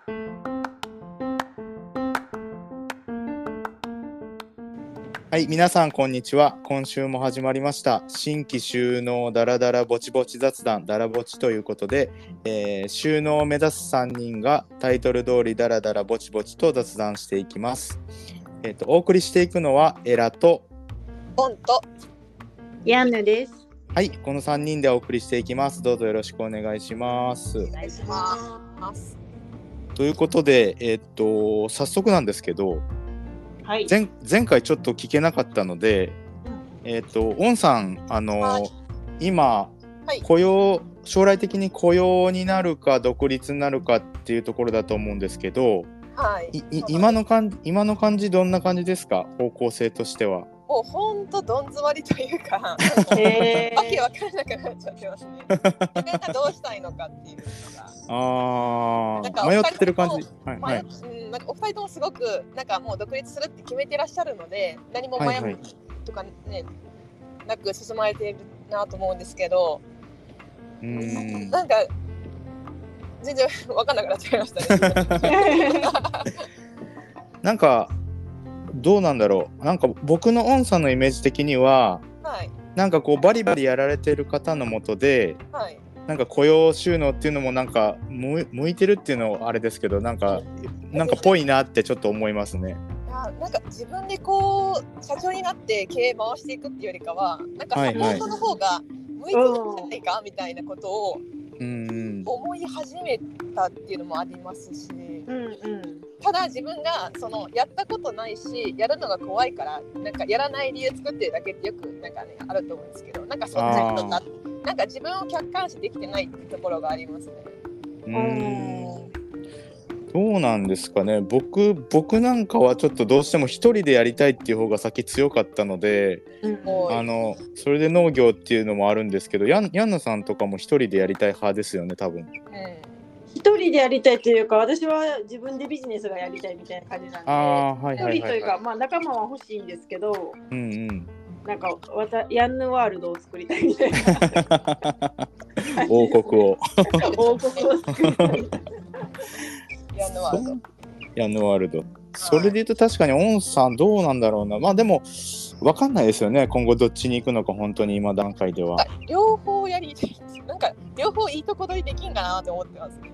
はい、皆さんこんにちは。今週も始まりました新規収納ダラダラぼちぼち雑談ダラぼちということで、収納を目指す3人がタイトル通りダラダラぼちぼちと雑談していきます。お送りしていくのはエラとポンとヤンヌです。 はい、この3人でお送りしていきます。どうぞよろしくお願いします。 お願いします。 ということで、早速なんですけど、 はい。 前回ちょっと聞けなかったので、オンさん、今、将来的に雇用になるか独立になるかっていうところだと思うんですけど、今の感じどんな感じですか？方向性としては。 もうほんとどん詰まりというかわけわからなくなっちゃってますね。自分がどうしたいのかっていうのがなんか迷ってる感じ。 なんかお二人ともすごくなんかもう独立するって決めてらっしゃるので、何も迷うとかね、なく進まれているなと思うんですけど、なんか全然分かんなくなっちゃいましたね。 なんかどうなんだろう。なんか僕のオンさんのイメージ的には、なんかこうバリバリやられてる方のもとで、なんか雇用収納っていうのもなんか向いてるっていうのはあれですけど、なんかぽいなってちょっと思いますね。 なんか自分でこう社長になって経営回していくっていうよりかは、なんかサポートの方が向いてるんじゃないかみたいなことを思い始めたっていうのもありますし、ただ自分がそのやったことないしやるのが怖いからなんかやらない理由作ってるだけってよくなんかねあると思うんですけど、なんかそっちとかなんか自分を客観視できてないっていうところがありますね。 どうなんですかね。僕なんかはちょっとどうしても一人でやりたいっていう方が先強かったので、それで農業っていうのもあるんですけど、ヤンナさんとかも一人でやりたい派ですよね、多分。 一人でやりたいというか、私は自分でビジネスがやりたいみたいな感じなんで、一人というか、まあ仲間は欲しいんですけど、なんかヤンヌワールドを作りたいみたいな王国を作りたいヤンヌワールド。 それで言うと確かにオンさんどうなんだろうな。まあでも分かんないですよね、今後どっちに行くのか本当に今段階では。 両方やりたい。なんか両方いいとこ取りできんかなと思ってますね。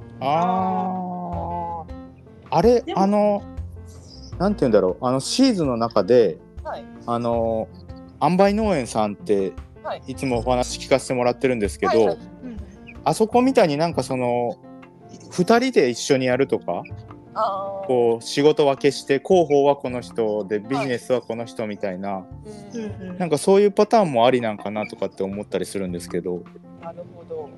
あれなんて言うんだろう、シーズンの中で、塩梅農園さんっていつもお話聞かせてもらってるんですけど、あそこみたいになんかその2人で一緒にやるとか、こう仕事分けして広報はこの人でビジネスはこの人みたいな、なんかそういうパターンもありなんかなとかって思ったりするんですけど。 なるほど。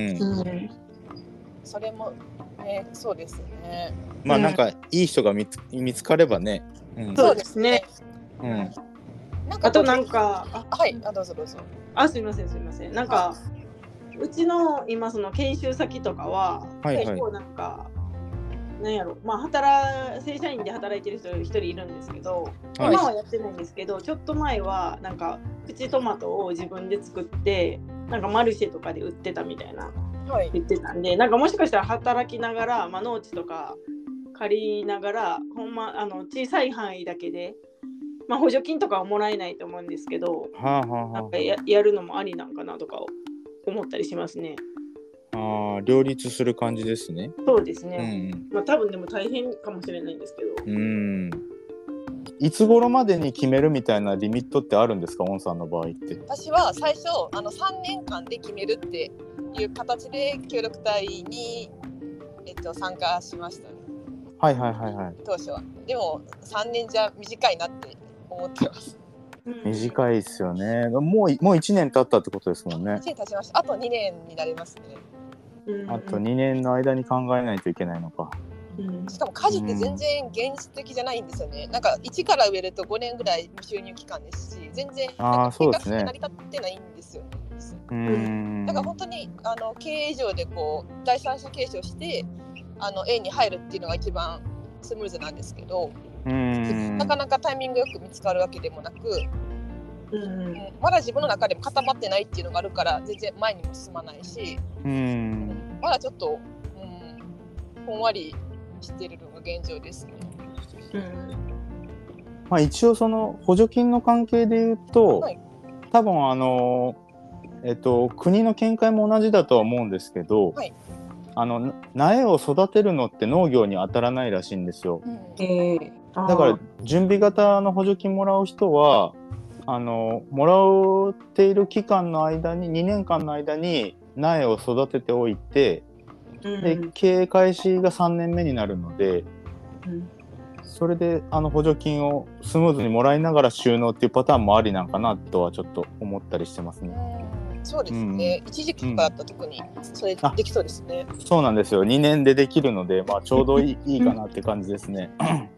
それもね、そうですね。 まあなんかいい人が見つかればね。 そうですね。あとなんかどうぞどうぞ。 すいません。なんかうちの今その研修先とかは結構なんかなんやろ、まあ正社員で働いてる人一人いるんですけど、今はやってないんですけど、ちょっと前はなんかプチトマトを自分で作ってなんかマルシェとかで売ってたみたいな言ってたんで、なんかもしかしたら働きながら、まあ、農地とか借りながらほんま小さい範囲だけで、まあ、補助金とかはもらえないと思うんですけど、なんか やるのもありなんかなとか思ったりしますね。 両立する感じですね。 そうですね。まあ多分でも大変かもしれないんですけど。 いつ頃までに決めるみたいなリミットってあるんですか、オンさんの場合って。 私は最初3年間で決めるっていう形で協力隊に、参加しましたね。当初は。でも3年じゃ短いなって思ってます。 短いですよね。もう1年経ったってことですもんね。 1年経ちました。あと2年になりますね。 あと2年の間に考えないといけないのか。 しかも果樹って全然現実的じゃないんですよね。なんか1から植えると5年ぐらい収入期間ですし、全然なんか計画して成り立ってないんですよね。だから本当に経営上でこう第三者継承してA に入るっていうのが一番スムーズなんですけど、なかなかタイミングよく見つかるわけでもなく、まだ自分の中でも固まってないっていうのがあるから全然前にも進まないし、まだちょっと、 ふんわりしてるのが現状ですね。 まあ、一応その補助金の関係で言うと、はい、多分国の見解も同じだとは思うんですけど、はい、苗を育てるのって農業に当たらないらしいんですよ。だから準備型の補助金もらう人はもらっている期間の間に2年間の間に苗を育てておいて、で経営開始が3年目になるので、それで補助金をスムーズにもらいながら収納っていうパターンもありなんかなとはちょっと思ったりしてますね。 そうですね、一時期とかだったら特にそれできそうですね。 そうなんですよ、2年でできるので、まあ、ちょうどいいかなって感じですね。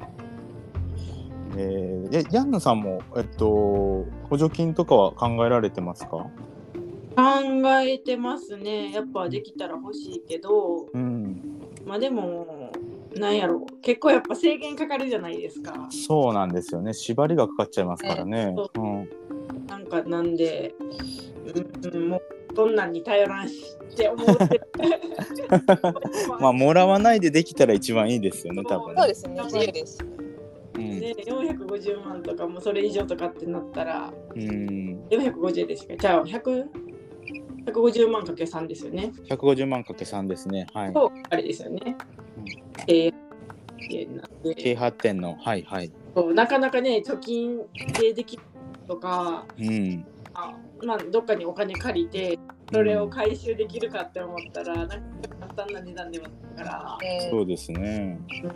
ヤンヌさんも、補助金とかは考えられてますか？ 考えてますね。やっぱできたら欲しいけど、まあでもなんやろ、結構やっぱ制限かかるじゃないですか。 そうなんですよね、縛りがかかっちゃいますからね。 なんで、もうどんなんに頼らんしって思ってる。 まあもらわないでできたら一番いいですよね、多分。 そうですね、自由です。 ね、450万とかもそれ以上とかってなったら、450でしか、じゃあ150万かけ3ですよね。 150万かけ3ですね。はい。 そう、あれですよね。 経発展の、はいはい。 そうなかなかね、貯金でできるとか、まあ、どっかにお金借りて、それを回収できるかって思ったら、なんか簡単な値段ではないから。 そうですね。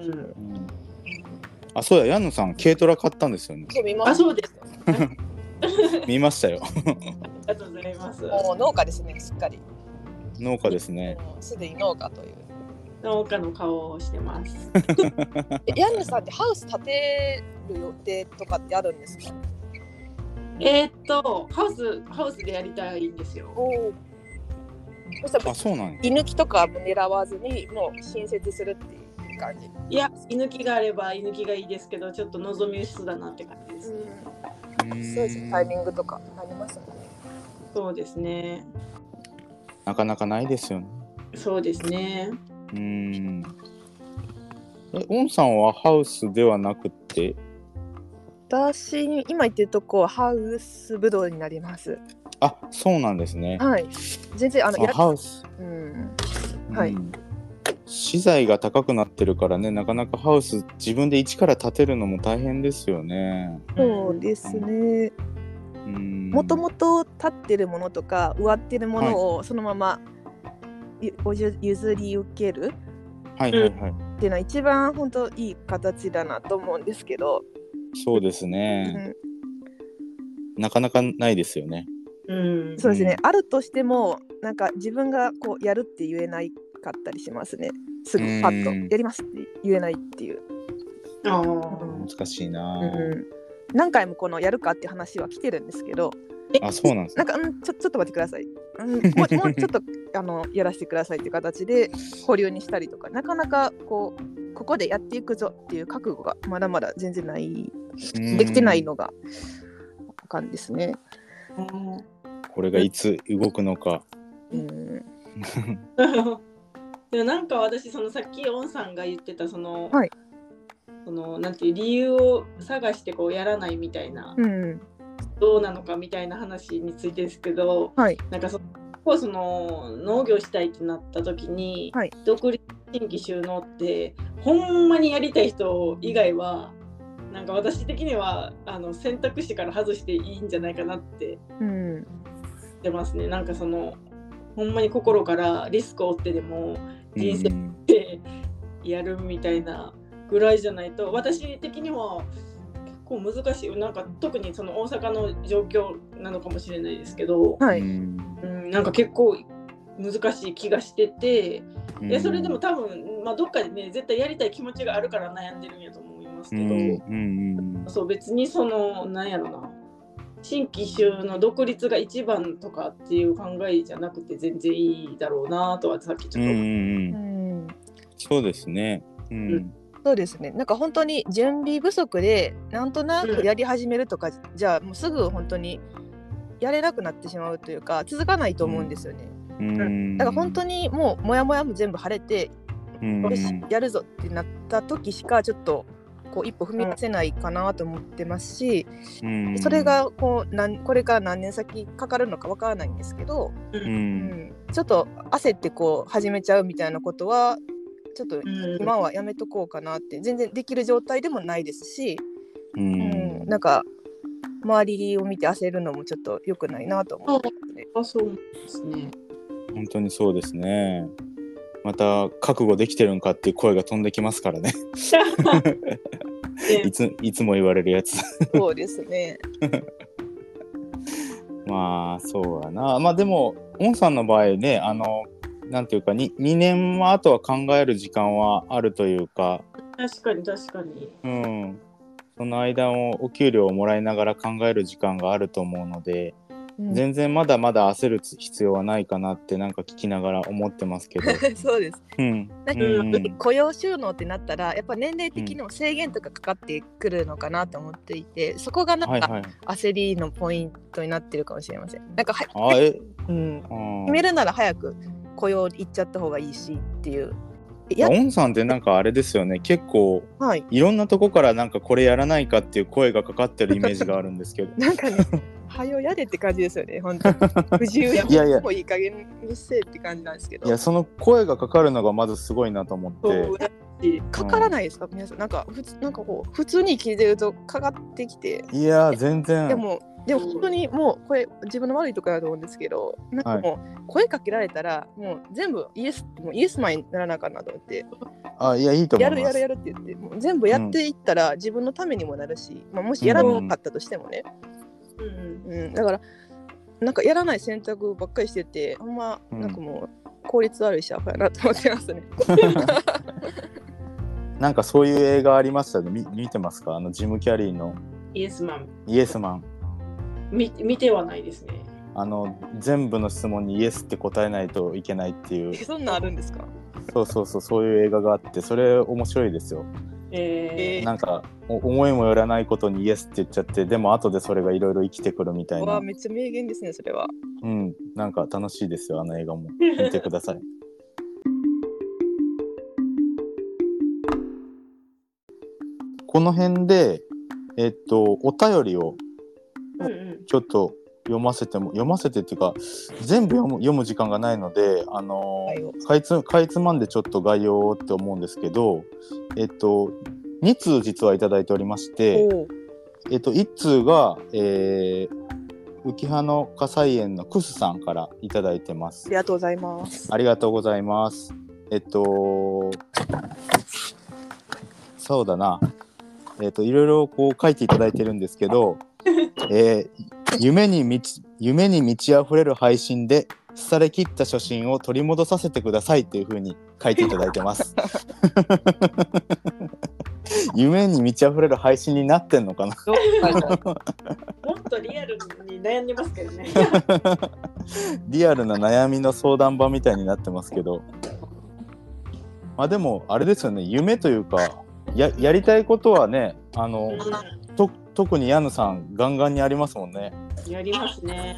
あ、そうや、ヤンヌさん、軽トラ買ったんですよね。 そうです。 見ましたよ。 ありがとうございます。 もう農家ですね、しっかり。 農家ですね。 すでに農家という。 農家の顔をしてます。 ヤンヌさんってハウス建てる予定とかってあるんですか？ ハウスでやりたいんですよ。 そうなんや。 居抜きとかも狙わずにもう新設するっていう感じ。 いや、居抜きがあれば居抜きがいいですけど、ちょっと望み薄だなって感じです。 そうですね、タイミングとかありますよね。 そうですね。 なかなかないですよね。 そうですね。 オンさんはハウスではなくて？ 私今言ってるとこはハウスブドウになります。 あ、そうなんですね。 はい。全然ハウス。はい。資材が高くなってるからね、なかなかハウス自分で一から建てるのも大変ですよね。 そうですね。もともと建ってるものとか植わってるものをそのまま譲り受けるっていうのは一番本当いい形だなと思うんですけど。 そうですね。なかなかないですよね。 そうですね。あるとしてもなんか自分がこうやるって言えないかったりしますね。すぐパッとやりますって言えないっていう。 難しいな。 何回もこのやるかって話は来てるんですけど。 あ、そうなんですか。 なんかちょっと待ってください。もうちょっとやらせてくださいっていう形で保留にしたりとか、なかなかここでやっていくぞっていう覚悟がまだまだ全然ない、できてないのが感じですね。 これがいつ動くのか。 でもなんか私さっきオンさんが言ってたはい、 なんていう理由を探してこうやらないみたいな、どうなのかみたいな話についてですけど、なんか農業したいってなった時に、独立新規収納ってほんまにやりたい人以外はなんか私的には選択肢から外していいんじゃないかなって言ってますね。なんかほんまに心からリスクを負ってでも人生でやるみたいなぐらいじゃないと、私的には結構難しい。なんか特に大阪の状況なのかもしれないですけど、なんか結構難しい気がしてて、それでも多分、どっかでね絶対やりたい気持ちがあるから悩んでるんやと思いますけど、そう別になんやろな、新規収の独立が一番とかっていう考えじゃなくて全然いいだろうなとはさっきちょっと思った。 そうですね。 そうですね。なんか本当に準備不足でなんとなくやり始めるとか、じゃあもうすぐ本当にやれなくなってしまうというか続かないと思うんですよね。だから本当にもうモヤモヤも全部晴れてよしやるぞってなった時しかちょっとこう一歩踏み出せないかなと思ってますし、それがこれから何年先かかるのかわからないんですけど、ちょっと焦ってこう始めちゃうみたいなことはちょっと今はやめとこうかなって、全然できる状態でもないですし、なんか周りを見て焦るのもちょっと良くないなと思ってますね。 そうですね。 本当にそうですね。また覚悟できてるんかっていう声が飛んできますからね。いつも言われるやつ。 そうですね。 まあそうやな。まあでもオンさんの場合ね、なんていうか 2年はあとは考える時間はあるというか。 確かに確かに。 その間をお給料をもらいながら考える時間があると思うので、全然まだまだ焦る必要はないかなってなんか聞きながら思ってますけど。 そうです。雇用収納ってなったらやっぱ年齢的にも制限とかかかってくるのかなと思っていて、そこがなんか焦りのポイントになってるかもしれません。なんか決めるなら早く雇用行っちゃった方がいいしっていう。 オンさんってなんかあれですよね、結構、いろんなとこからなんかこれやらないかっていう声がかかってるイメージがあるんですけど。 なんかね、はよやれって感じですよね、本当に。不自由やもういい加減にせえって感じなんですけど。 いや、その声がかかるのがまずすごいなと思って。 かからないですか、皆さん。なんかこう普通に聞いてるとかかってきて。 いや全然。 でも本当にもうこれ自分の悪いところだと思うんですけど、なんかもう声かけられたらもう全部イエスマンにならなあかんなと思って。 いやいいと思います。 やるって言ってもう全部やっていったら自分のためにもなるし、もしやらなかったとしてもね。だからなんかやらない選択ばっかりしてて、ほんまなんかもう効率悪いしアホやなと思ってますね。 なんかそういう映画ありましたね。見てますか？ジム・キャリーのイエスマン。見てはないですね。 全部の質問にイエスって答えないといけないっていう。 そんなんあるんですか？ そういう映画があって、それ面白いですよ。なんか思いもよらないことにイエスって言っちゃって、でも後でそれがいろいろ生きてくるみたいな。 めっちゃ名言ですね、それは。 なんか楽しいですよ、映画も。見てください。この辺でお便りをちょっと読ませてっていうか、全部読む時間がないので、かいつまんでちょっと概要って思うんですけど、2通実はいただいておりまして、1通が、浮葉の火災園のクスさんからいただいてます。 ありがとうございます。 ありがとうございます。そうだな、いろいろこう書いていただいてるんですけど、夢に満ち溢れる配信で廃れ切った初心を取り戻させてくださいっていう風に書いていただいてます。夢に満ち溢れる配信になってんのかな。 もっとリアルに悩んでますけどね。 リアルな悩みの相談場みたいになってますけど、まあでもあれですよね、夢というか やりたいことはね、特にヤヌさんガンガンにありますもんね。 やりますね。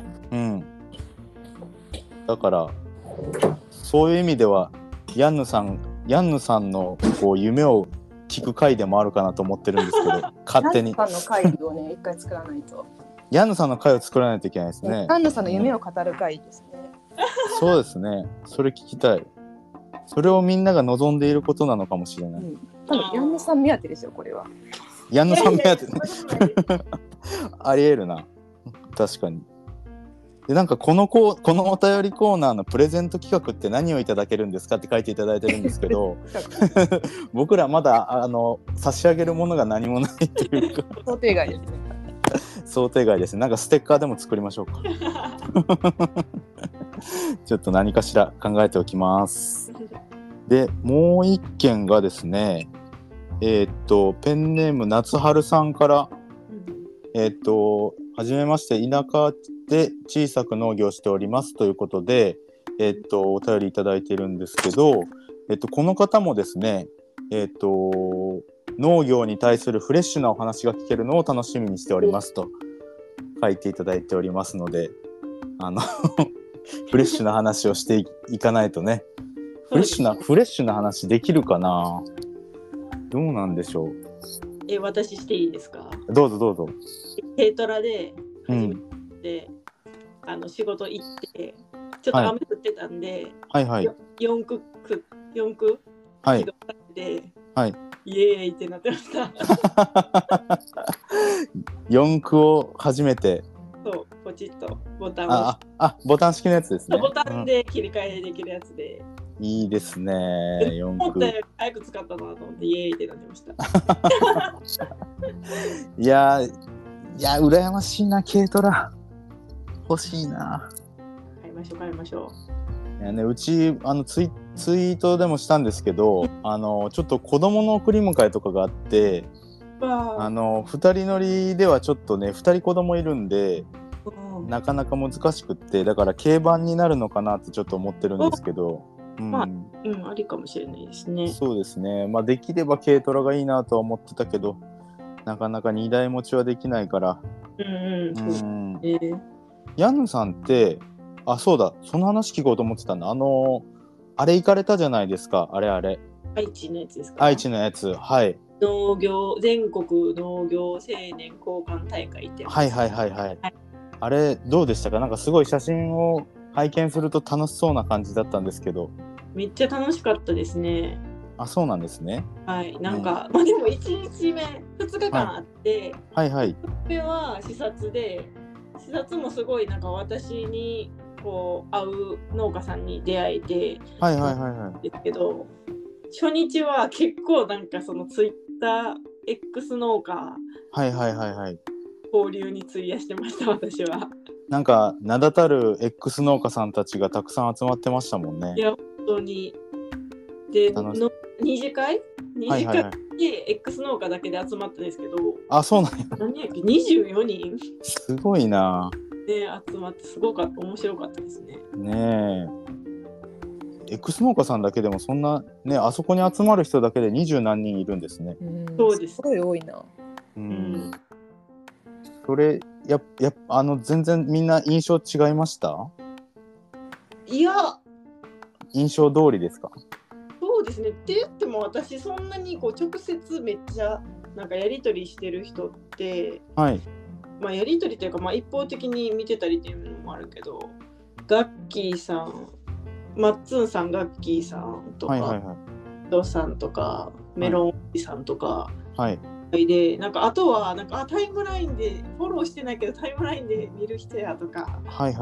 だからそういう意味ではヤンヌさんのこう夢を聞く回でもあるかなと思ってるんですけど、勝手に。 ヤンヌさんの回をね、一回作らないと。 ヤンヌさんの回を作らないといけないですね。 ヤンヌさんの夢を語る回ですね。 そうですね。それ聞きたい。それをみんなが望んでいることなのかもしれない。 多分ヤンヌさん目当てですよ、これは。 ヤンヌさん目当てね。ありえるな。確かに。でなんかこのお便りコーナーのプレゼント企画って何をいただけるんですかって書いていただいてるんですけど僕らまだ差し上げるものが何もないというか想定外ですね。 想定外ですね。なんかステッカーでも作りましょうか。ちょっと何かしら考えておきます。でもう一件がですね、ペンネーム夏春さんから、はじめまして、田舎で小さく農業をしておりますということで、お便りいただいているんですけど、この方もですね、農業に対するフレッシュなお話が聞けるのを楽しみにしておりますと書いていただいておりますので、フレッシュな話をしていかないとね、 フレッシュな話できるかな。どうなんでしょう。 私していいですか？ どうぞどうぞ。 軽トラで初めて、仕事行ってちょっと雨降ってたんで、 はいはい、 4区はい移動されて、 はい、 イエーイってなってました。 4区を初めて。 そうポチッとボタンをボタン式のやつですね。 ボタンで切り替えできるやつで、 いいですね。4 思ったより早く使ったなと思ってイエーイってなってました。 いや羨ましいな。軽トラ欲しいな。 買いましょう。いやね、うちツイートでもしたんですけど、ちょっと子供の送り迎えとかがあって、2人乗りではちょっとね、2人子供いるんでなかなか難しくって、だから軽バンになるのかなってちょっと思ってるんですけど、 ありかもしれないですね。 そうですね。できれば軽トラがいいなとは思ってたけど、なかなか2台持ちはできないから。ヤンヌさんってそうだ、その話聞こうと思ってたんだ。あれ行かれたじゃないですか。あれ愛知のやつですか？ 愛知のやつ、はい。 全国農業青年交換大会ってやつ。 はい。あれどうでしたか？なんかすごい写真を拝見すると楽しそうな感じだったんですけど。 めっちゃ楽しかったですね。 そうなんですね。 はい、なんか、でも1日目2日間あって、 1日目は視察で、視察もすごいなんか私にこう会う農家さんに出会えて、ですけど、初日は結構なんかそのツイッター X 農家交流に費やしてました。私はなんか名だたる X 農家さんたちがたくさん集まってましたもんね。 いや本当に。で二次会で X 農家だけで集まったんですけど、 そうなんや。 何やっけ、24人すごいな。 集まってすごかった、面白かったですね。 ねえ。X 農家さんだけでもそんなね、あそこに集まる人だけで20何人いるんですね。 そうです。 すごい多いな。 それ全然みんな印象違いました？ いや、 印象通りですか？ そうですね。って言っても私そんなにこう直接めっちゃなんかやり取りしてる人って、やり取りというか、一方的に見てたりっていうのもあるけど、ガッキーさん、マッツンさん、ガッキーさんとか、ドさんとか、メロンおじさんとか、で、なんかあとはなんかタイムラインでフォローしてないけどタイムラインで見る人やとか、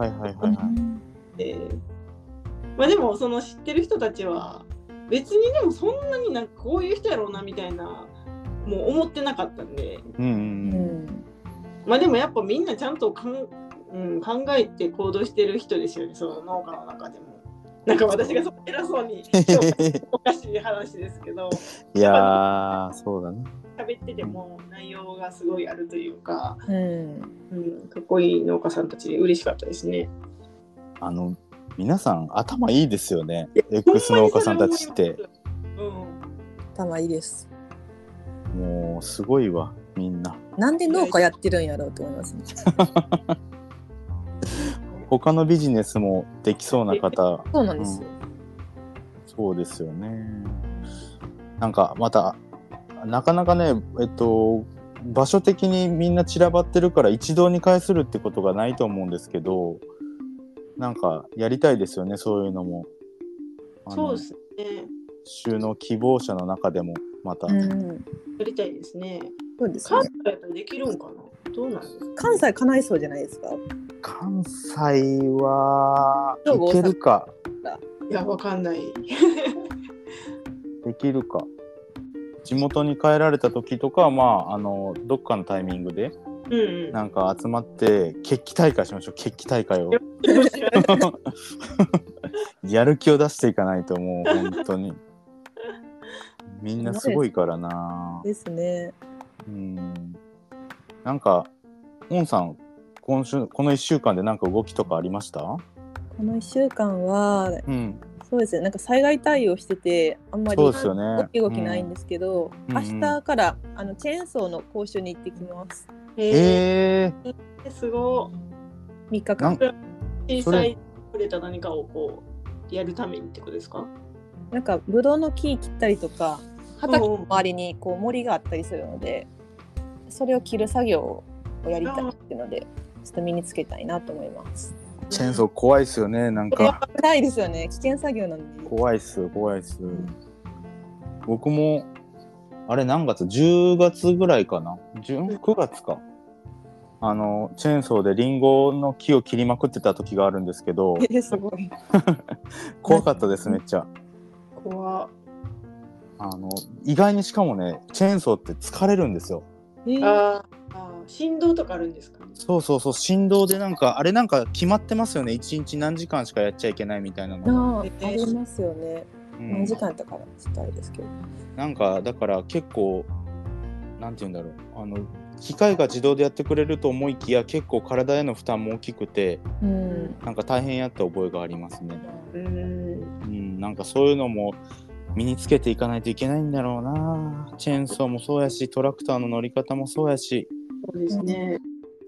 でもその知ってる人たちは別にでもそんなになんかこういう人やろうなみたいなもう思ってなかったんで、でもやっぱみんなちゃんと考えて行動してる人ですよね、その農家の中でも。なんか私が偉そうにおかしい話ですけどいやそうだね、 喋ってても内容がすごいあるというか、かっこいい農家さんたちで嬉しかったですね。 皆さん頭いいですよね。X 農家さんたちって、 頭いいです。 もうすごいわ、みんな。 なんで農家やってるんやろうと思いますね。 他のビジネスもできそうな方。 そうなんですよ。 そうですよね。なんかまたなかなかね、場所的にみんな散らばってるから一堂に会するってことがないと思うんですけど、なんかやりたいですよね、そういうのも。 そうですね。 就農希望者の中でもまた、 やりたいですね。 そうですね。 関西やったらできるんかな。どうなんですか。 関西叶いそうじゃないですか。 関西はいけるか。 いや、わかんない。 できるか。地元に帰られた時とかはどっかのタイミングで、なんか集まって決起大会しましょう。決起大会をやる気を出していかないと、もう本当にみんなすごいからな。 ですね。 なんかオンさん、この1週間で何か動きとかありました？この1週間は、そうですね、なんか災害対応しててあんまり動きないんですけど、明日からチェーンソーの講習に行ってきます。すごい。3日間。小さいくれた何かをこうやるためにってことですか？ なんかブドウの木切ったりとか畑の周りにこう森があったりするので、それを切る作業をやりたいっていうのでちょっと身につけたいなと思います。 チェーンソー怖いですよね。なんか危ないですよね。危険作業なんで怖いっす、僕もあれ何月10月ぐらいかな、9月か、チェーンソーでリンゴの木を切りまくってた時があるんですけどすごい怖かったです。めっちゃ怖。 意外にしかもね、チェーンソーって疲れるんですよ。 振動とかあるんですかね。 そう振動でなんかあれなんか決まってますよね。1日何時間しかやっちゃいけないみたいなのがありますよね、何時間とかちょっとあれですけど、 なんかだから結構なんて言うんだろう、機械が自動でやってくれると思いきや結構体への負担も大きくて、なんか大変やった覚えがありますね。なんかそういうのも身につけていかないといけないんだろうな。チェーンソーもそうやし、トラクターの乗り方もそうやし。 そうですね。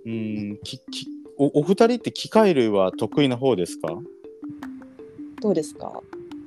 お二人って機械類は得意な方ですか？ どうですか？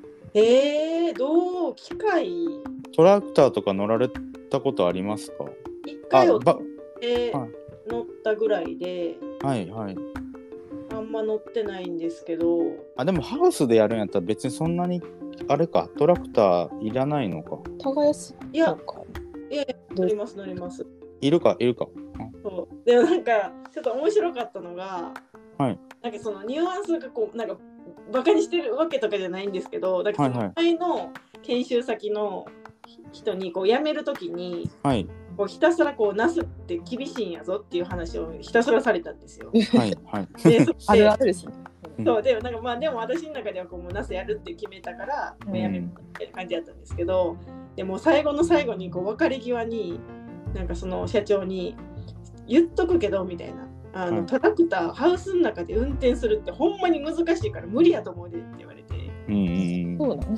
機械トラクターとか乗られたことありますか？ 一回乗ったぐらいで、あんま乗ってないんですけど。 でもハウスでやるんやったら別にそんなにあれか、トラクターいらないのか。 耕すいや乗ります。 いるか。 そうでもなんかちょっと面白かったのが、なんかそのニュアンスがこうなんかバカにしてるわけとかじゃないんですけど、だからその前の研修先の人にこう辞めるときに、こうひたすらこうナスって厳しいんやぞっていう話をひたすらされたんですよ。であるあるですね。 そうでもなんかでも私の中ではこうもうナスやるって決めたから辞めるって感じだったんですけど、でも最後の最後にこう別れ際になんかその社長に言っとくけどみたいな、トラクターハウスの中で運転するってほんまに難しいから無理やと思うでって言われて、 そうなん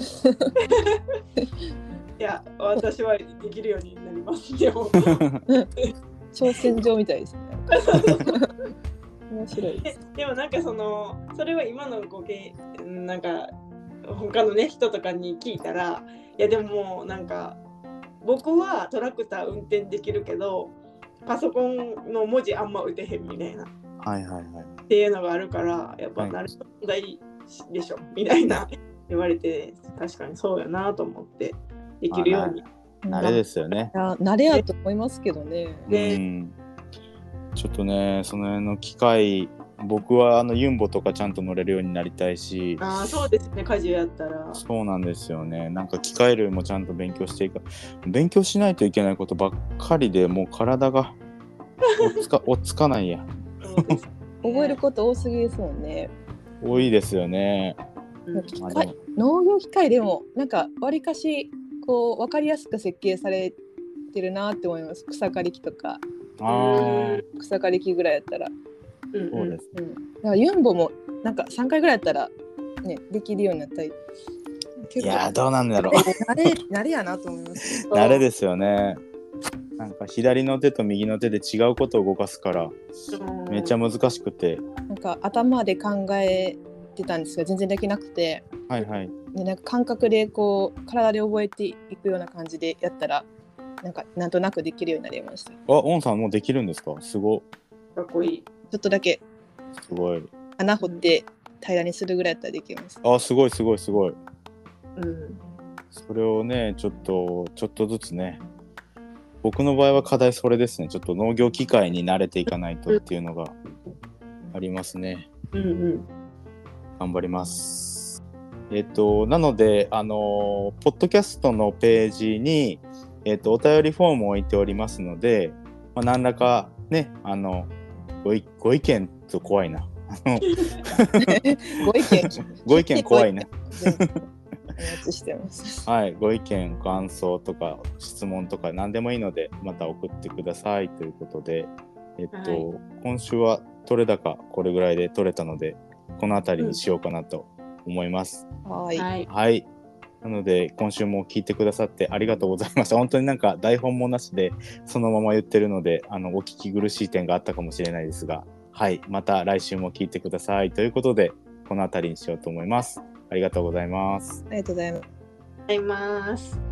いや私はできるようになりますでも挑戦状みたいですね面白いです。 でもなんかそれは今のなんか他のね人とかに聞いたら、いやでももうなんか僕はトラクター運転できるけどパソコンの文字あんま打てへんみたいな、っていうのがあるからやっぱ慣れ問題でしょみたいな言われて、確かにそうやなと思ってできるように。 慣れですよね。 慣れやと思いますけどね。 ちょっとね、その辺の機械、僕はユンボとかちゃんと乗れるようになりたいし。 そうですね、家事やったら。 そうなんですよね。なんか機械類もちゃんと勉強して勉強しないといけないことばっかりでもう体が追っつかないや。 覚えること多すぎですもんね。 多いですよね。 農業機械でもなんかわりかしこう分かりやすく設計されてるなって思います。草刈り機とか。草刈り機ぐらいやったら。 そうです。 だからユンボもなんか3回ぐらいやったらねできるようになったり。 いやどうなんだろう。 慣れやなと思います。 慣れですよね。なんか左の手と右の手で違うことを動かすからめっちゃ難しくて。 なんか頭で考えてたんですが全然できなくて。でなんか感覚でこう体で覚えていくような感じでやったらなんとなくできるようになりました。 オンさんもうできるんですか？すごい。 かっこいい。 ちょっとだけ。 すごい。 穴掘って平らにするぐらいだったらできます。 すごい。それをねちょっとずつね。僕の場合は課題それですね。ちょっと農業機械に慣れていかないとっていうのがありますね。頑張ります。なのでポッドキャストのページにお便りフォームを置いておりますので、何らかねご意見と怖いなご意見怖いなお待ちしてます。 ご意見ご感想とか質問とか何でもいいのでまた送ってくださいということで、今週は取れ高これぐらいで取れたのでこの辺りにしようかなと思います。なので今週も聞いてくださってありがとうございました。本当になんか台本もなしでそのまま言ってるのでお聞き苦しい点があったかもしれないですが、また来週も聞いてくださいということでこの辺りにしようと思います。ありがとうございます。 ありがとうございます。 ざいます。